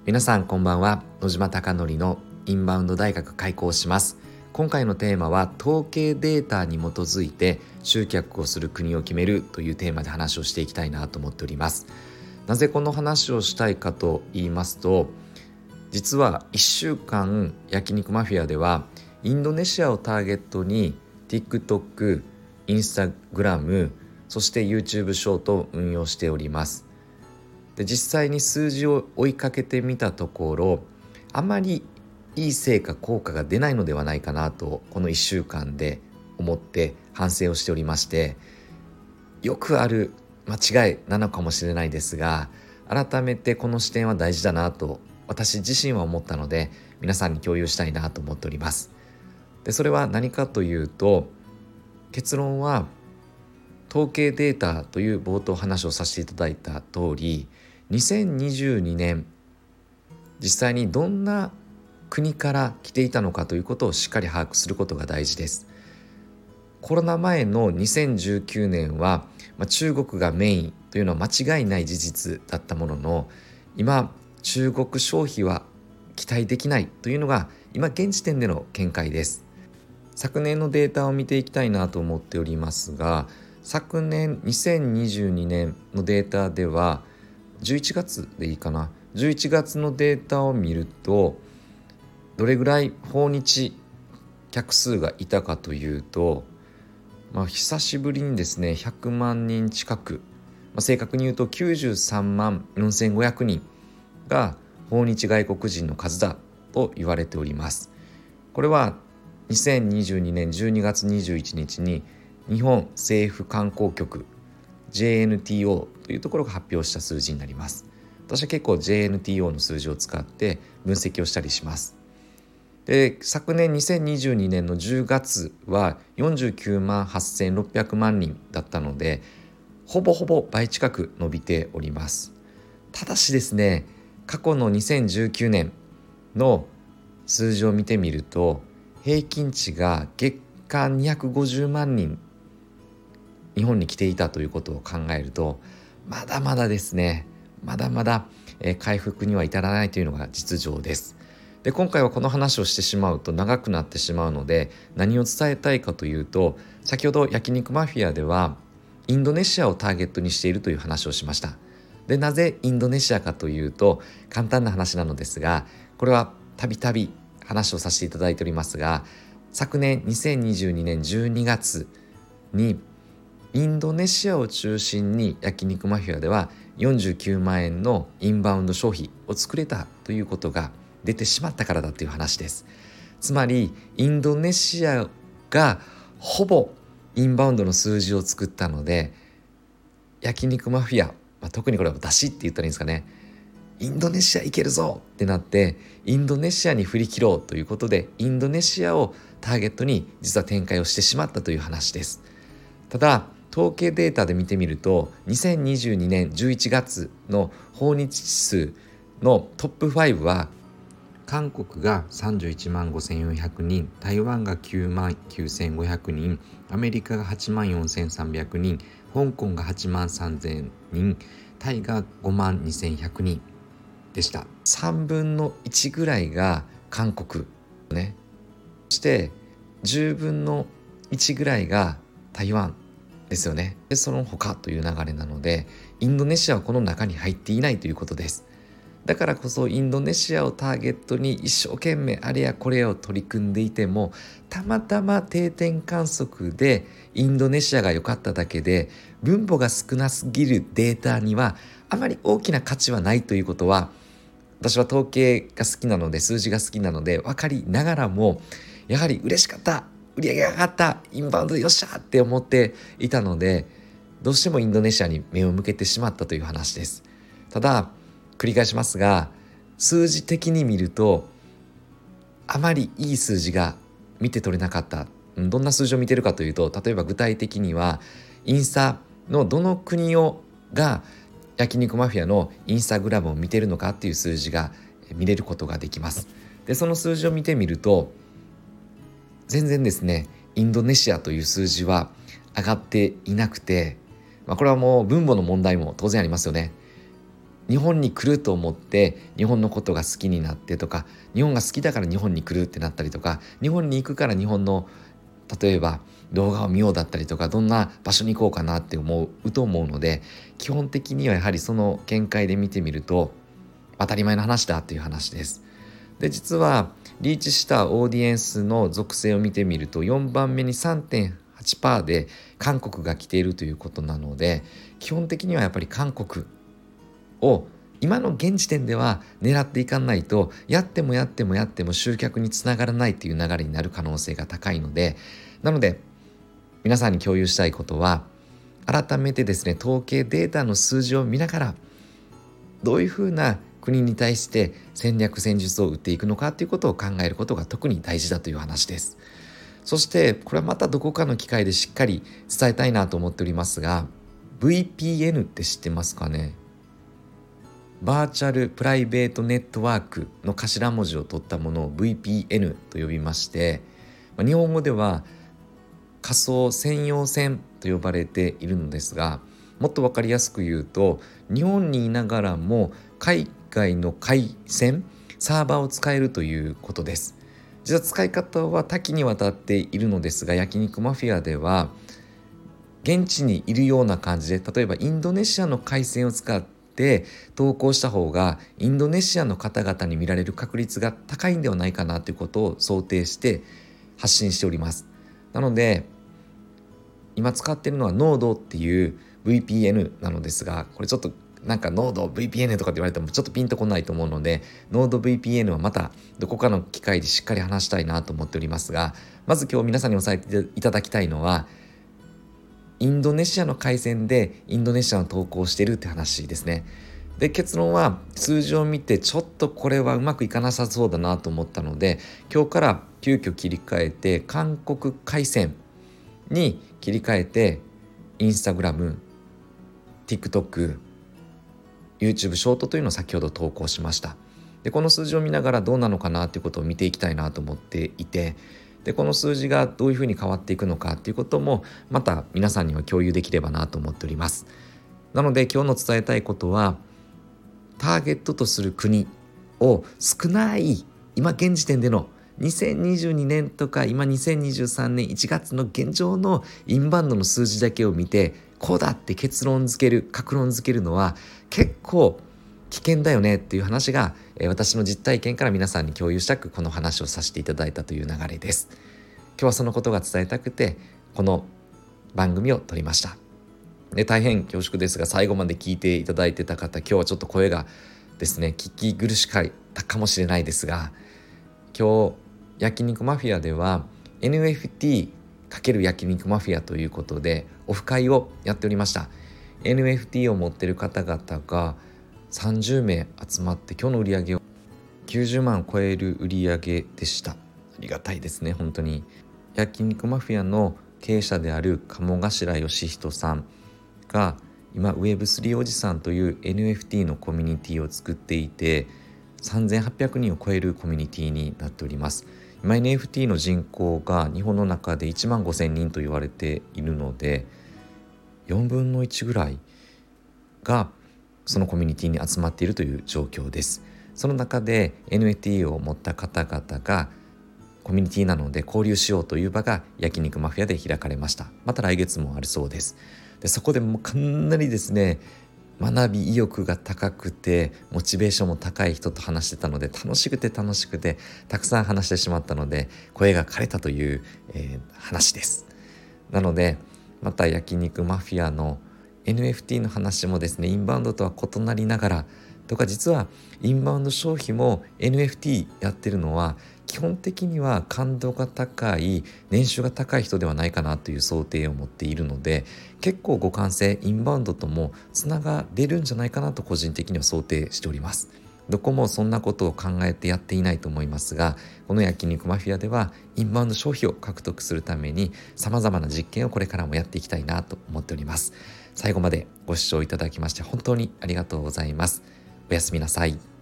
皆さんこんばんは。野島貴則のインバウンド大学開講します。今回のテーマは統計データに基づいて集客をする国を決めるというテーマで話をしていきたいなと思っております。なぜこの話をしたいかと言いますと、実は1週間焼肉マフィアではインドネシアをターゲットに TikTok、Instagram、そして YouTube ショートを運用しております。で、実際に数字を追いかけてみたところ、あまりいい成果効果が出ないのではないかなとこの1週間で思って反省をしておりまして、よくある間違いなのかもしれないですが、改めてこの視点は大事だなと私自身は思ったので、皆さんに共有したいなと思っております。で、それは何かというと、結論は統計データという冒頭話をさせていただいた通り、2022年実際にどんな国から来ていたのかということをしっかり把握することが大事です。コロナ前の2019年は、中国がメインというのは間違いない事実だったものの、今中国消費は期待できないというのが今現時点での見解です。昨年のデータを見ていきたいなと思っておりますが、昨年2022年のデータでは11月でいいかな、11月のデータを見ると、どれぐらい訪日客数がいたかというと、久しぶりにですね100万人近く、正確に言うと93万4500人が訪日外国人の数だと言われております。これは2022年12月21日に日本政府観光局 JNTO というところが発表した数字になります。私は結構 JNTO の数字を使って分析をしたりします。で、昨年2022年の10月は49万8600万人だったので、ほぼほぼ倍近く伸びております。ただしですね、過去の2019年の数字を見てみると、平均値が月間250万人日本に来ていたということを考えると、まだまだですね、まだまだ回復には至らないというのが実情です。で、今回はこの話をしてしまうと長くなってしまうので、何を伝えたいかというと、先ほど焼肉マフィアではインドネシアをターゲットにしているという話をしました。で、なぜインドネシアかというと、簡単な話なのですが、これはたびたび話をさせていただいておりますが、昨年2022年12月にインドネシアを中心に焼肉マフィアでは49万円のインバウンド消費を作れたということが出てしまったからだという話です。つまりインドネシアがほぼインバウンドの数字を作ったので、焼肉マフィア、特にこれは出しって言ったらいいんですかね、インドネシア行けるぞってなってインドネシアに振り切ろうということで、インドネシアをターゲットに実は展開をしてしまったという話です。ただ統計データで見てみると、2022年11月の訪日指数のトップ5は韓国が31万5400人、台湾が9万9500人、アメリカが8万4300人、香港が8万3000人、タイが5万2100人でした。3分の1ぐらいが韓国ね。そして10分の1ぐらいが台湾ですよね。で、その他という流れなので、インドネシアはこの中に入っていないということです。だからこそインドネシアをターゲットに一生懸命あれやこれやを取り組んでいても、たまたま定点観測でインドネシアが良かっただけで分母が少なすぎるデータにはあまり大きな価値はないということは、私は統計が好きなので、数字が好きなので分かりながらも、やはり嬉しかった、売り上げが上がった、インバウンドよっしゃって思っていたので、どうしてもインドネシアに目を向けてしまったという話です。ただ繰り返しますが、数字的に見るとあまりいい数字が見て取れなかった。どんな数字を見てるかというと、例えば具体的にはインスタのどの国が焼肉マフィアのインスタグラムを見てるのかっていう数字が見れることができます。で、その数字を見てみると、全然ですね、インドネシアという数字は上がっていなくて、これはもう分母の問題も当然ありますよね。 日本に来ると思って日本のことが好きになってとか、日本が好きだから日本に来るってなったりとか、日本に行くから日本の例えば動画を見ようだったりとか、どんな場所に行こうかなって思うと思うので、基本的にはやはりその見解で見てみると当たり前の話だっていう話です。で、実はリーチしたオーディエンスの属性を見てみると4番目に 3.8% で韓国が来ているということなので、基本的にはやっぱり韓国を今の現時点では狙っていかないと、やっても集客につながらないという流れになる可能性が高いので、なので皆さんに共有したいことは、改めてですね、統計データの数字を見ながらどういうふうな国に対して戦略戦術を打っていくのかということを考えることが特に大事だという話です。そしてこれはまたどこかの機会でしっかり伝えたいなと思っておりますが、 VPN って知ってますかね。バーチャルプライベートネットワークの頭文字を取ったものを VPN と呼びまして、日本語では仮想専用線と呼ばれているのですが、もっと分かりやすく言うと、日本にいながらも海外の回線サーバーを使えるということです。実は使い方は多岐にわたっているのですが、焼肉マフィアでは現地にいるような感じで、例えばインドネシアの回線を使って投稿した方がインドネシアの方々に見られる確率が高いんではないかなということを想定して発信しております。なので今使っているのは Node っていう VPN なのですが、これちょっとなんか Node VPN とかって言われてもちょっとピンとこないと思うので、 Node VPN はまたどこかの機会でしっかり話したいなと思っておりますが、まず今日皆さんに押さえていただきたいのは、インドネシアの回線でインドネシアの投稿をしているって話ですね。で、結論は数字を見てちょっとこれはうまくいかなさそうだなと思ったので、今日から急遽切り替えて韓国回線に切り替えて、インスタグラム、TikTok、YouTube ショートというのを先ほど投稿しました。で、この数字を見ながらどうなのかなということを見ていきたいなと思っていて、でこの数字がどういうふうに変わっていくのかということもまた皆さんには共有できればなと思っております。なので今日の伝えたいことは、ターゲットとする国を少ない今現時点での2022年とか今2023年1月の現状のインバウンドの数字だけを見てこうだって結論付ける、確論付けるのは結構危険だよねっていう話が、私の実体験から皆さんに共有したくこの話をさせていただいたという流れです。今日はそのことが伝えたくてこの番組を撮りました。で、大変恐縮ですが最後まで聞いていただいてた方、今日はちょっと声がですね聞き苦しかったかもしれないですが、今日焼肉マフィアでは NFT× 焼肉マフィアということでオフ会をやっておりました。 NFT を持っている方々が30名集まって、今日の売り上げを90万を超える売り上げでした。ありがたいですね。本当に焼肉マフィアの経営者である鴨頭義人さんが今 Web3 おじさんという NFT のコミュニティを作っていて、3800人を超えるコミュニティになっております。今 NFT の人口が日本の中で1万5000人と言われているので、4分の1ぐらいがそのコミュニティに集まっているという状況です。その中で NFT を持った方々がコミュニティなので交流しようという場が焼肉マフィアで開かれました。また来月もあるそうです。で、そこでもうかなりですね学び意欲が高くてモチベーションも高い人と話してたので、楽しくてたくさん話してしまったので声が枯れたという、話です。なのでまた焼肉マフィアの NFT の話もですねインバウンドとは異なりながらとか、実はインバウンド消費も NFT やってるのは基本的には感度が高い、年収が高い人ではないかなという想定を持っているので、結構互換性インバウンドともつながれるんじゃないかなと個人的には想定しております。どこもそんなことを考えてやっていないと思いますが、この焼肉マフィアではインバウンド消費を獲得するために様々な実験をこれからもやっていきたいなと思っております。最後までご視聴いただきまして本当にありがとうございます。おやすみなさい。